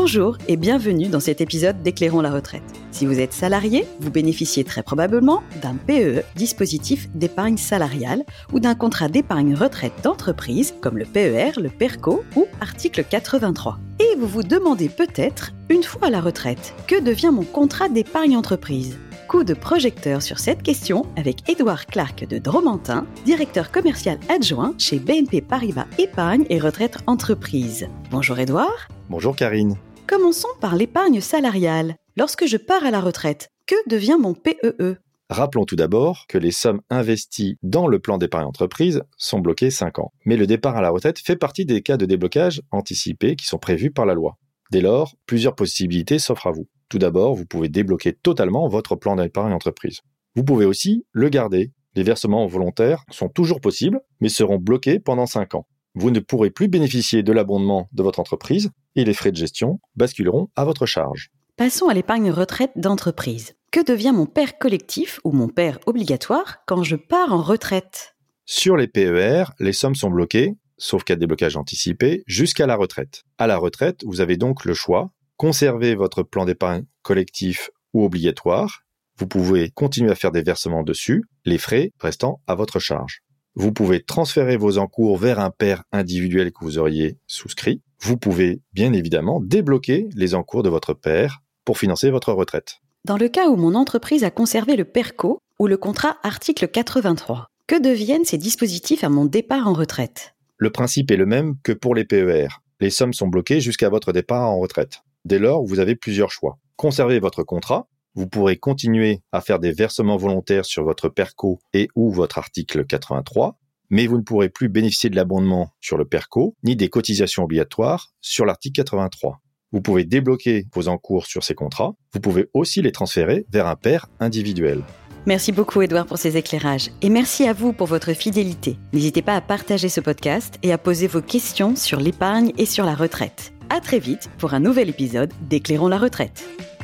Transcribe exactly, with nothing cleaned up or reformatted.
Bonjour et bienvenue dans cet épisode d'Éclairons la retraite. Si vous êtes salarié, vous bénéficiez très probablement d'un P E E, dispositif d'épargne salariale, ou d'un contrat d'épargne retraite d'entreprise, comme le P E R, le PERCO ou article quatre-vingt-trois. Et vous vous demandez peut-être, une fois à la retraite, que devient mon contrat d'épargne entreprise ? Coup de projecteur sur cette question avec Édouard Clark de Dromantin, directeur commercial adjoint chez B N P Paribas Épargne et Retraite Entreprise. Bonjour Édouard. Bonjour Karine. Commençons par l'épargne salariale. Lorsque je pars à la retraite, que devient mon P E E ? Rappelons tout d'abord que les sommes investies dans le plan d'épargne entreprise sont bloquées cinq ans. Mais le départ à la retraite fait partie des cas de déblocage anticipés qui sont prévus par la loi. Dès lors, plusieurs possibilités s'offrent à vous. Tout d'abord, vous pouvez débloquer totalement votre plan d'épargne entreprise. Vous pouvez aussi le garder. Les versements volontaires sont toujours possibles, mais seront bloqués pendant cinq ans. Vous ne pourrez plus bénéficier de l'abondement de votre entreprise et les frais de gestion basculeront à votre charge. Passons à l'épargne retraite d'entreprise. Que devient mon P E R collectif ou mon P E R obligatoire quand je pars en retraite ? Sur les P E R, les sommes sont bloquées, sauf cas de déblocage anticipé, jusqu'à la retraite. À la retraite, vous avez donc le choix. Conservez votre plan d'épargne collectif ou obligatoire. Vous pouvez continuer à faire des versements dessus, les frais restant à votre charge. Vous pouvez transférer vos encours vers un P E R individuel que vous auriez souscrit. Vous pouvez bien évidemment débloquer les encours de votre P E R pour financer votre retraite. Dans le cas où mon entreprise a conservé le PERCO ou le contrat article quatre-vingt-trois, que deviennent ces dispositifs à mon départ en retraite ? Le principe est le même que pour les P E R. Les sommes sont bloquées jusqu'à votre départ en retraite. Dès lors, vous avez plusieurs choix. Conservez votre contrat. Vous pourrez continuer à faire des versements volontaires sur votre PERCO et ou votre article quatre-vingt-trois, mais vous ne pourrez plus bénéficier de l'abondement sur le PERCO ni des cotisations obligatoires sur l'article quatre-vingt-trois. Vous pouvez débloquer vos encours sur ces contrats. Vous pouvez aussi les transférer vers un P E R individuel. Merci beaucoup Édouard pour ces éclairages et merci à vous pour votre fidélité. N'hésitez pas à partager ce podcast et à poser vos questions sur l'épargne et sur la retraite. À très vite pour un nouvel épisode d'Éclairons la retraite.